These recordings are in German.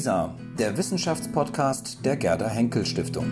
WISA, der Wissenschaftspodcast der Gerda Henkel Stiftung.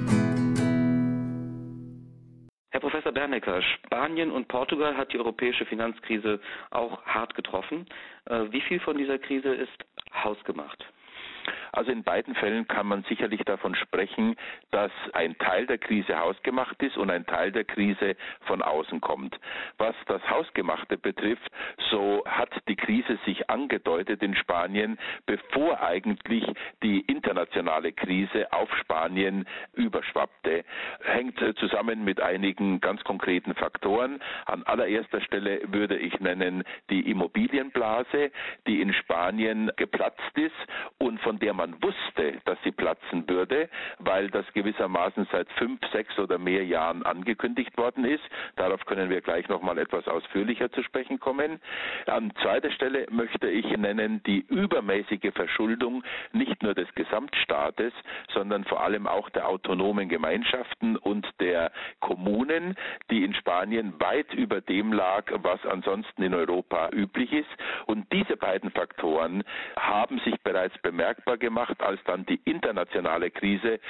Herr Professor Bernecker, Spanien und Portugal hat die europäische Finanzkrise auch hart getroffen. Wie viel von dieser Krise ist hausgemacht? Also in beiden Fällen kann man sicherlich davon sprechen, dass ein Teil der Krise hausgemacht ist und ein Teil der Krise von außen kommt. Was das Hausgemachte betrifft, so hat die Krise sich angedeutet in Spanien, bevor eigentlich die internationale Krise auf Spanien überschwappte. Hängt zusammen mit einigen ganz konkreten Faktoren. An allererster Stelle würde ich nennen die Immobilienblase, die in Spanien geplatzt ist und von der man wusste, dass sie platzen würde, weil das gewissermaßen seit 5, 6 oder mehr Jahren angekündigt worden ist. Darauf können wir gleich noch mal etwas ausführlicher zu sprechen kommen. An zweiter Stelle möchte ich nennen die übermäßige Verschuldung nicht nur des Gesamtstaates, sondern vor allem auch der autonomen Gemeinschaften und der Kommunen, die in Spanien weit über dem lag, was ansonsten in Europa üblich ist. Und diese beiden Faktoren haben sich bereits bemerkbar gemacht, als dann die internationale Krise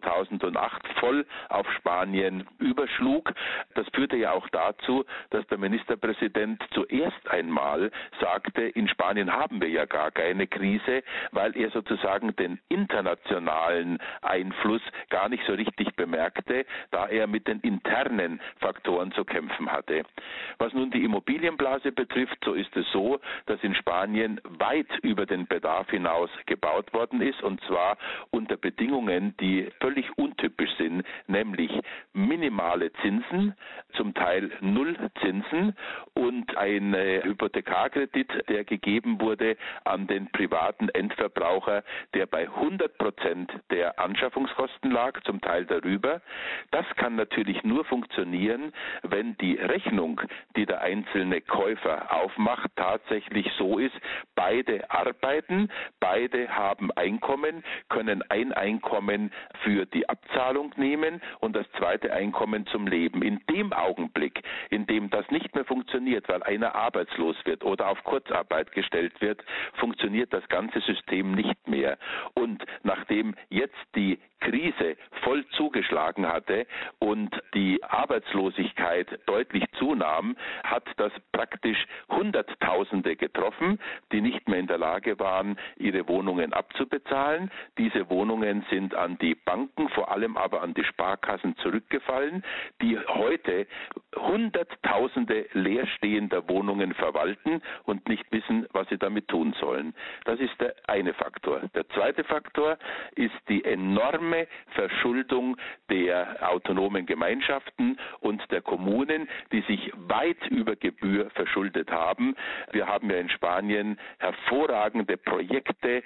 2008 voll auf Spanien überschlug. Das führte ja auch dazu, dass der Ministerpräsident zuerst einmal sagte, in Spanien haben wir ja gar keine Krise, weil er sozusagen den internationalen Einfluss gar nicht so richtig bemerkte, da er mit den internen Faktoren zu kämpfen hatte. Was nun die Immobilienblase betrifft, so ist es so, dass in Spanien weit über den Bedarf hinaus gebaut worden ist, und zwar unter Bedingungen, die völlig untypisch sind, nämlich minimale Zinsen, zum Teil Nullzinsen und ein Hypothekarkredit, der gegeben wurde an den privaten Endverbraucher, der bei 100% der Anschaffungskosten lag, zum Teil darüber. Das kann natürlich nur funktionieren, wenn die Rechnung, die der einzelne Käufer aufmacht, tatsächlich so ist, beide arbeiten, beide haben Einkommen, können ein Einkommen für die Abzahlung nehmen und das zweite Einkommen zum Leben. In dem Augenblick, in dem das nicht mehr funktioniert, weil einer arbeitslos wird oder auf Kurzarbeit gestellt wird, funktioniert das ganze System nicht mehr. Und nachdem jetzt die Krise voll zugeschlagen hatte und die Arbeitslosigkeit deutlich zunahm, hat das praktisch Hunderttausende getroffen, die nicht mehr in der Lage waren, ihre Wohnungen abzubezahlen. Diese Wohnungen sind an die Banken, vor allem aber an die Sparkassen zurückgefallen, die heute Hunderttausende leerstehender Wohnungen verwalten und nicht wissen, was sie damit tun sollen. Das ist der eine Faktor. Der zweite Faktor ist die enorme Verschuldung der autonomen Gemeinschaften und der Kommunen, die sich weit über Gebühr verschuldet haben. Wir haben ja in Spanien hervorragende Projekte,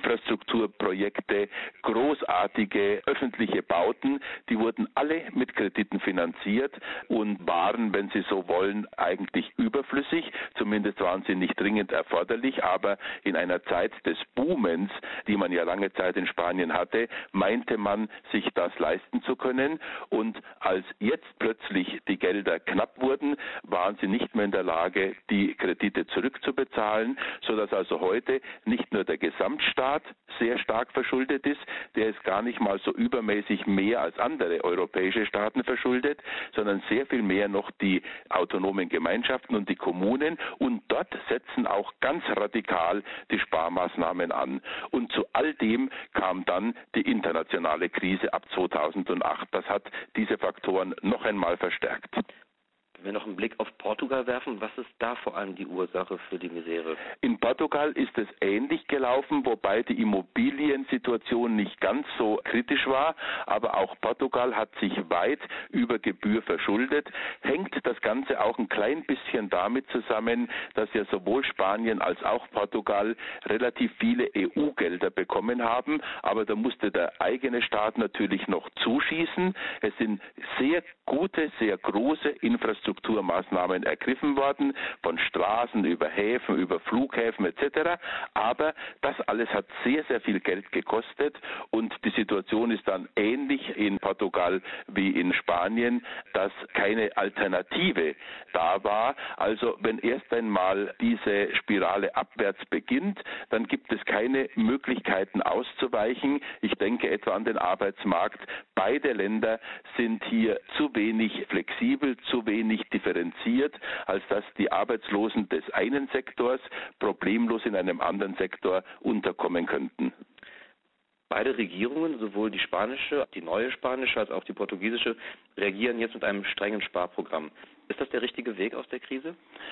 Infrastrukturprojekte, großartige öffentliche Bauten, die wurden alle mit Krediten finanziert und waren, wenn Sie so wollen, eigentlich überflüssig. Zumindest waren sie nicht dringend erforderlich, aber in einer Zeit des Boomens, die man ja lange Zeit in Spanien hatte, meinte man, sich das leisten zu können. Und als jetzt plötzlich die Gelder knapp wurden, waren sie nicht mehr in der Lage, die Kredite zurückzubezahlen, sodass also heute nicht nur der Gesamtstaat sehr stark verschuldet ist, der ist gar nicht mal so übermäßig mehr als andere europäische Staaten verschuldet, sondern sehr viel mehr noch die autonomen Gemeinschaften und die Kommunen, und dort setzen auch ganz radikal die Sparmaßnahmen an. Und zu all dem kam dann die internationale Krise ab 2008. Das hat diese Faktoren noch einmal verstärkt. Wenn wir noch einen Blick auf Portugal werfen, was ist da vor allem die Ursache für die Misere? In Portugal ist es ähnlich gelaufen, wobei die Immobiliensituation nicht ganz so kritisch war, aber auch Portugal hat sich weit über Gebühr verschuldet. Hängt das Ganze auch ein klein bisschen damit zusammen, dass ja sowohl Spanien als auch Portugal relativ viele EU-Gelder bekommen haben, aber da musste der eigene Staat natürlich noch zuschießen. Es sind sehr gute, sehr große Infrastrukturmaßnahmen ergriffen worden, von Straßen über Häfen, über Flughäfen, treffen etc. Aber das alles hat sehr, sehr viel Geld gekostet und die Situation ist dann ähnlich in Portugal wie in Spanien, dass keine Alternative da war. Also wenn erst einmal diese Spirale abwärts beginnt, dann gibt es keine Möglichkeiten auszuweichen. Ich denke etwa an den Arbeitsmarkt. Beide Länder sind hier zu wenig flexibel, zu wenig differenziert, als dass die Arbeitslosen des einen Sektors problemlos in einem anderen Sektor unterkommen könnten. Beide Regierungen, sowohl die spanische, die neue spanische als auch die portugiesische, reagieren jetzt mit einem strengen Sparprogramm. Ist das der richtige Weg aus der Krise?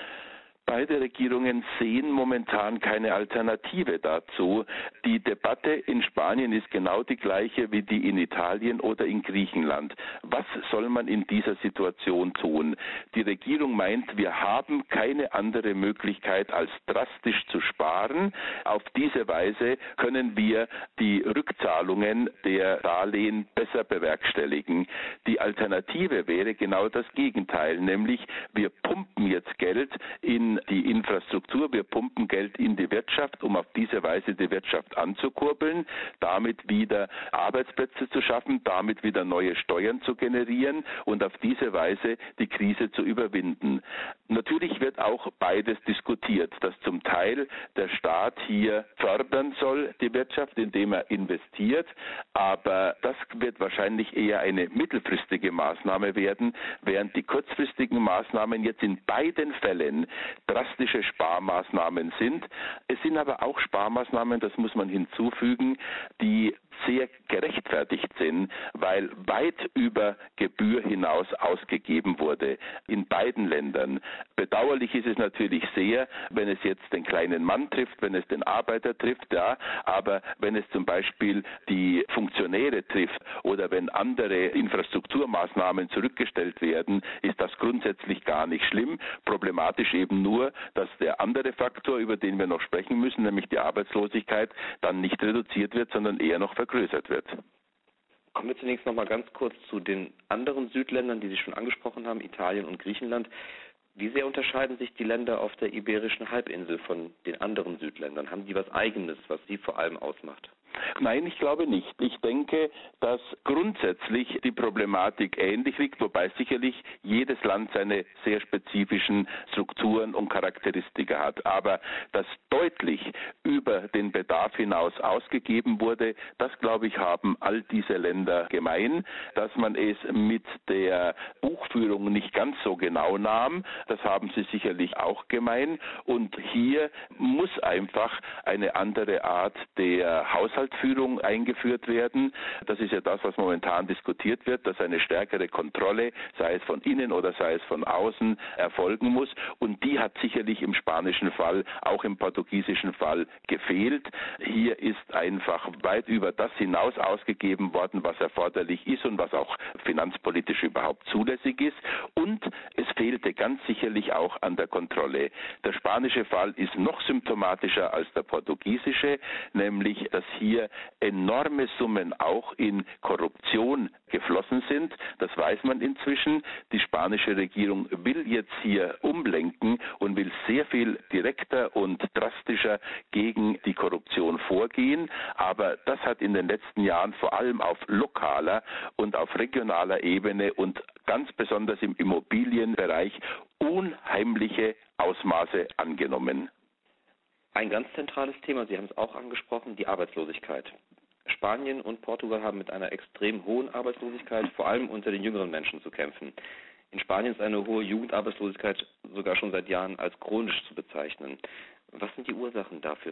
Beide Regierungen sehen momentan keine Alternative dazu. Die Debatte in Spanien ist genau die gleiche wie die in Italien oder in Griechenland. Was soll man in dieser Situation tun? Die Regierung meint, wir haben keine andere Möglichkeit, als drastisch zu sparen. Auf diese Weise können wir die Rückzahlungen der Darlehen besser bewerkstelligen. Die Alternative wäre genau das Gegenteil, nämlich wir pumpen jetzt Geld in die Infrastruktur, wir pumpen Geld in die Wirtschaft, um auf diese Weise die Wirtschaft anzukurbeln, damit wieder Arbeitsplätze zu schaffen, damit wieder neue Steuern zu generieren und auf diese Weise die Krise zu überwinden. Natürlich wird auch beides diskutiert, dass zum Teil der Staat hier fördern soll, die Wirtschaft, indem er investiert, aber das wird wahrscheinlich eher eine mittelfristige Maßnahme werden, während die kurzfristigen Maßnahmen jetzt in beiden Fällen drastische Sparmaßnahmen sind. Es sind aber auch Sparmaßnahmen, das muss man hinzufügen, die sehr gerechtfertigt sind, weil weit über Gebühr hinaus ausgegeben wurde in beiden Ländern. Bedauerlich ist es natürlich sehr, wenn es jetzt den kleinen Mann trifft, wenn es den Arbeiter trifft, ja, aber wenn es zum Beispiel die Funktionäre trifft oder wenn andere Infrastrukturmaßnahmen zurückgestellt werden, ist das grundsätzlich gar nicht schlimm. Problematisch eben nur, dass der andere Faktor, über den wir noch sprechen müssen, nämlich die Arbeitslosigkeit, dann nicht reduziert wird, sondern eher noch vergrößert wird. Kommen wir zunächst noch mal ganz kurz zu den anderen Südländern, die Sie schon angesprochen haben, Italien und Griechenland. Wie sehr unterscheiden sich die Länder auf der Iberischen Halbinsel von den anderen Südländern? Haben die was Eigenes, was sie vor allem ausmacht? Nein, ich glaube nicht. Ich denke, dass grundsätzlich die Problematik ähnlich liegt, wobei sicherlich jedes Land seine sehr spezifischen Strukturen und Charakteristika hat. Aber dass deutlich über den Bedarf hinaus ausgegeben wurde, das, glaube ich, haben all diese Länder gemein. Dass man es mit der Buchführung nicht ganz so genau nahm, das haben sie sicherlich auch gemein. Und hier muss einfach eine andere Art der Haushaltsführung eingeführt werden. Das ist ja das, was momentan diskutiert wird, dass eine stärkere Kontrolle, sei es von innen oder sei es von außen, erfolgen muss. Und die hat sicherlich im spanischen Fall, auch im portugiesischen Fall gefehlt. Hier ist einfach weit über das hinaus ausgegeben worden, was erforderlich ist und was auch finanzpolitisch überhaupt zulässig ist. Und es fehlte ganz sicherlich auch an der Kontrolle. Der spanische Fall ist noch symptomatischer als der portugiesische, nämlich dass hier enorme Summen auch in Korruption geflossen sind. Das weiß man inzwischen. Die spanische Regierung will jetzt hier umlenken und will sehr viel direkter und drastischer gegen die Korruption vorgehen. Aber das hat in den letzten Jahren vor allem auf lokaler und auf regionaler Ebene und ganz besonders im Immobilienbereich unheimliche Ausmaße angenommen. Ein ganz zentrales Thema, Sie haben es auch angesprochen, die Arbeitslosigkeit. Spanien und Portugal haben mit einer extrem hohen Arbeitslosigkeit, vor allem unter den jüngeren Menschen, zu kämpfen. In Spanien ist eine hohe Jugendarbeitslosigkeit sogar schon seit Jahren als chronisch zu bezeichnen. Was sind die Ursachen dafür?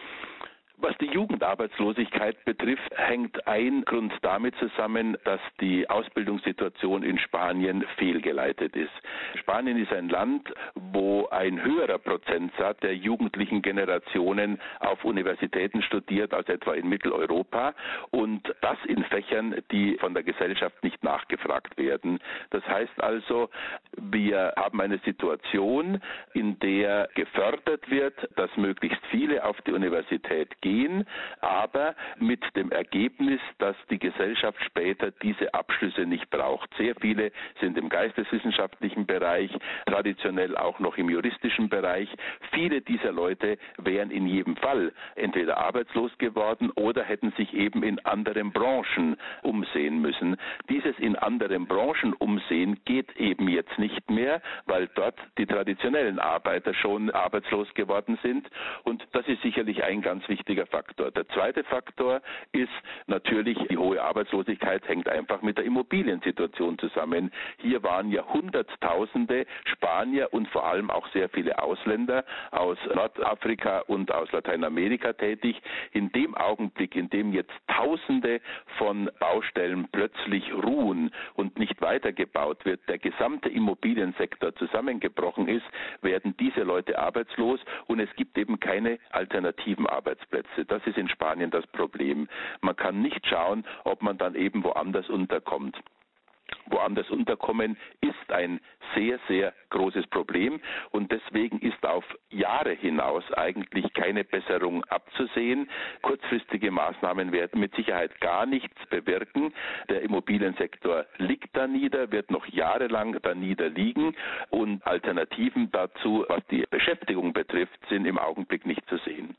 Was die Jugendarbeitslosigkeit betrifft, hängt ein Grund damit zusammen, dass die Ausbildungssituation in Spanien fehlgeleitet ist. Spanien ist ein Land, wo ein höherer Prozentsatz der jugendlichen Generationen auf Universitäten studiert als etwa in Mitteleuropa und das in Fächern, die von der Gesellschaft nicht nachgefragt werden. Das heißt also, Wir haben eine Situation, in der gefördert wird, dass möglichst viele auf die Universität gehen, aber mit dem Ergebnis, dass die Gesellschaft später diese Abschlüsse nicht braucht. Sehr viele sind im geisteswissenschaftlichen Bereich, traditionell auch noch im juristischen Bereich. Viele dieser Leute wären in jedem Fall entweder arbeitslos geworden oder hätten sich eben in anderen Branchen umsehen müssen. Dieses in anderen Branchen umsehen geht eben jetzt nicht mehr, weil dort die traditionellen Arbeiter schon arbeitslos geworden sind, und das ist sicherlich ein ganz wichtiger Faktor. Der zweite Faktor ist natürlich, die hohe Arbeitslosigkeit hängt einfach mit der Immobiliensituation zusammen. Hier waren ja Hunderttausende Spanier und vor allem auch sehr viele Ausländer aus Nordafrika und aus Lateinamerika tätig. In dem Augenblick, in dem jetzt Tausende von Baustellen plötzlich ruhen und nicht weitergebaut wird, der gesamte Immobiliensektor zusammengebrochen ist, werden diese Leute arbeitslos und es gibt eben keine alternativen Arbeitsplätze. Das ist in Spanien das Problem. Man kann nicht schauen, ob man dann eben woanders unterkommt. Woanders unterkommen ist ein sehr, sehr großes Problem und deswegen ist auf Jahre hinaus eigentlich keine Besserung abzusehen. Kurzfristige Maßnahmen werden mit Sicherheit gar nichts bewirken. Der Immobiliensektor liegt da nieder, wird noch jahrelang da niederliegen und Alternativen dazu, was die Beschäftigung betrifft, sind im Augenblick nicht zu sehen.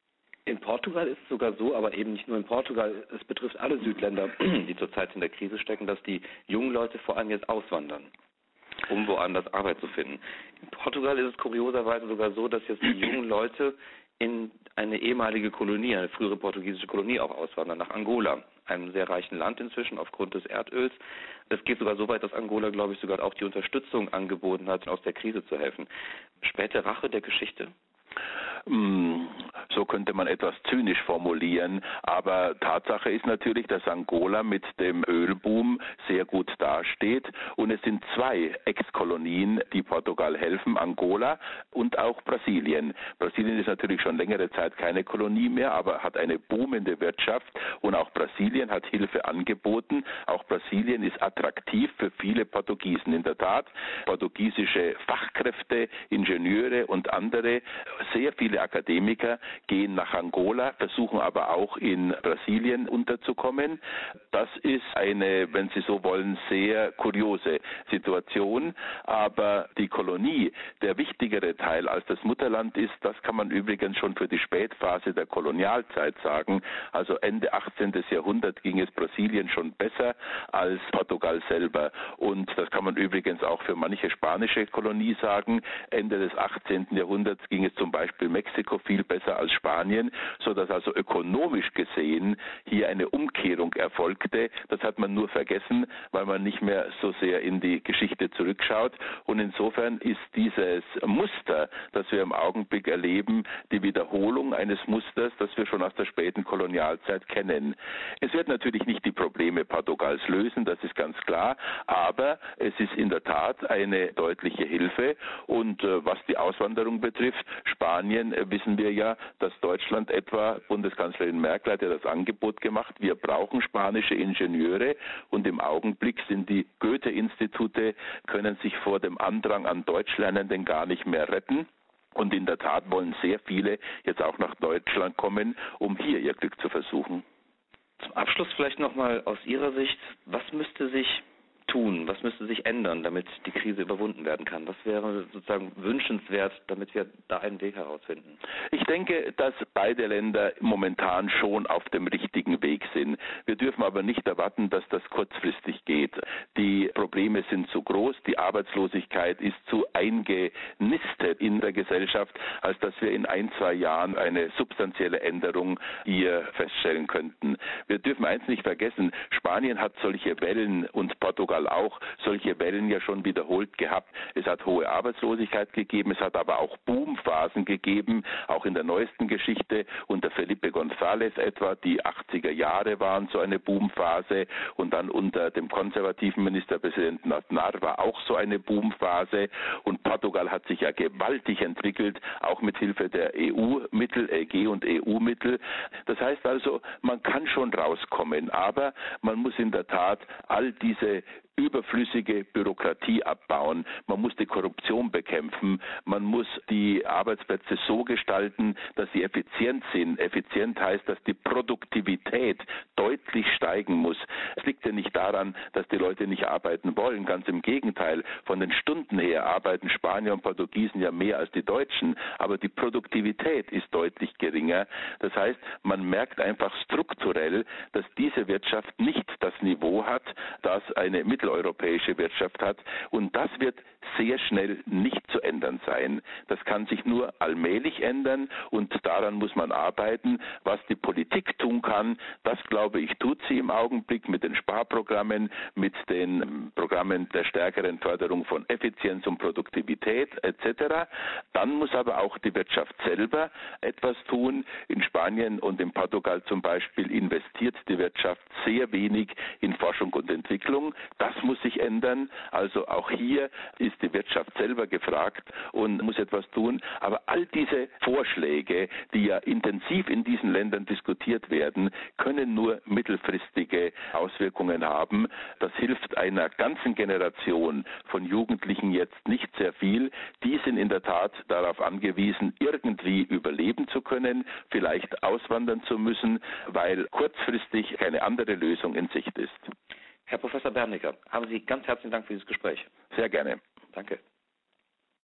In Portugal ist es sogar so, aber eben nicht nur in Portugal, es betrifft alle Südländer, die zurzeit in der Krise stecken, dass die jungen Leute vor allem jetzt auswandern, um woanders Arbeit zu finden. In Portugal ist es kurioserweise sogar so, dass jetzt die jungen Leute in eine ehemalige Kolonie, eine frühere portugiesische Kolonie auch auswandern, nach Angola, einem sehr reichen Land inzwischen aufgrund des Erdöls. Es geht sogar so weit, dass Angola, glaube ich, sogar auch die Unterstützung angeboten hat, aus der Krise zu helfen. Späte Rache der Geschichte? So könnte man etwas zynisch formulieren, aber Tatsache ist natürlich, dass Angola mit dem Ölboom sehr gut dasteht und es sind zwei Ex-Kolonien, die Portugal helfen, Angola und auch Brasilien. Brasilien ist natürlich schon längere Zeit keine Kolonie mehr, aber hat eine boomende Wirtschaft und auch Brasilien hat Hilfe angeboten. Auch Brasilien ist attraktiv für viele Portugiesen. In der Tat, portugiesische Fachkräfte, Ingenieure und andere, sehr viele Akademiker gehen nach Angola, versuchen aber auch in Brasilien unterzukommen. Das ist eine, wenn Sie so wollen, sehr kuriose Situation. Aber die Kolonie, der wichtigere Teil als das Mutterland ist, das kann man übrigens schon für die Spätphase der Kolonialzeit sagen. Also Ende 18. Jahrhundert ging es Brasilien schon besser als Portugal selber. Und das kann man übrigens auch für manche spanische Kolonie sagen. Ende des 18. Jahrhunderts ging es zum Beispiel Mexiko viel besser als Spanien, sodass also ökonomisch gesehen hier eine Umkehrung erfolgte. Das hat man nur vergessen, weil man nicht mehr so sehr in die Geschichte zurückschaut. Und insofern ist dieses Muster, das wir im Augenblick erleben, die Wiederholung eines Musters, das wir schon aus der späten Kolonialzeit kennen. Es wird natürlich nicht die Probleme Portugals lösen, das ist ganz klar, aber es ist in der Tat eine deutliche Hilfe. Und was die Auswanderung betrifft, Spanien wissen wir ja, dass Deutschland etwa, Bundeskanzlerin Merkel hat ja das Angebot gemacht, wir brauchen spanische Ingenieure und im Augenblick sind die Goethe-Institute, können sich vor dem Andrang an Deutschlernenden gar nicht mehr retten. Und in der Tat wollen sehr viele jetzt auch nach Deutschland kommen, um hier ihr Glück zu versuchen. Zum Abschluss vielleicht nochmal aus Ihrer Sicht, was müsste sich tun, was müsste sich ändern, damit die Krise überwunden werden kann? Was wäre sozusagen wünschenswert, damit wir da einen Weg herausfinden? Ich denke, dass beide Länder momentan schon auf dem richtigen Weg sind. Wir dürfen aber nicht erwarten, dass das kurzfristig geht. Die Probleme sind zu groß, die Arbeitslosigkeit ist zu eingenistet in der Gesellschaft, als dass wir in 1-2 Jahren eine substanzielle Änderung hier feststellen könnten. Wir dürfen eins nicht vergessen, Spanien hat solche Wellen und Portugal auch solche Wellen ja schon wiederholt gehabt. Es hat hohe Arbeitslosigkeit gegeben, es hat aber auch Boomphasen gegeben, auch in der neuesten Geschichte unter Felipe González etwa, die 80er Jahre waren so eine Boomphase und dann unter dem konservativen Ministerpräsidenten Aznar war auch so eine Boomphase und Portugal hat sich ja gewaltig entwickelt, auch mit Hilfe der EU-Mittel, EG und EU-Mittel. Das heißt also, man kann schon rauskommen, aber man muss in der Tat all diese überflüssige Bürokratie abbauen, man muss die Korruption bekämpfen, man muss die Arbeitsplätze so gestalten, dass sie effizient sind. Effizient heißt, dass die Produktivität deutlich steigen muss. Es liegt ja nicht daran, dass die Leute nicht arbeiten wollen, ganz im Gegenteil. Von den Stunden her arbeiten Spanier und Portugiesen ja mehr als die Deutschen, aber die Produktivität ist deutlich geringer. Das heißt, man merkt einfach strukturell, dass diese Wirtschaft nicht das Niveau hat, das eine mitteleuropäische Wirtschaft hat, und das wird sehr schnell nicht zu ändern sein. Das kann sich nur allmählich ändern und daran muss man arbeiten. Was die Politik tun kann, das glaube ich, tut sie im Augenblick mit den Sparprogrammen, mit den Programmen der stärkeren Förderung von Effizienz und Produktivität etc. Dann muss aber auch die Wirtschaft selber etwas tun. In Spanien und in Portugal zum Beispiel investiert die Wirtschaft sehr wenig in Forschung und Entwicklung. Das muss sich ändern. Also auch hier ist die Wirtschaft selber gefragt und muss etwas tun. Aber all diese Vorschläge, die ja intensiv in diesen Ländern diskutiert werden, können nur mittelfristige Auswirkungen haben. Das hilft einer ganzen Generation von Jugendlichen jetzt nicht sehr viel. Die sind in der Tat darauf angewiesen, irgendwie überleben zu können, vielleicht auswandern zu müssen, weil kurzfristig keine andere Lösung in Sicht ist. Herr Professor Bernecker, haben Sie ganz herzlichen Dank für dieses Gespräch. Sehr gerne. Danke.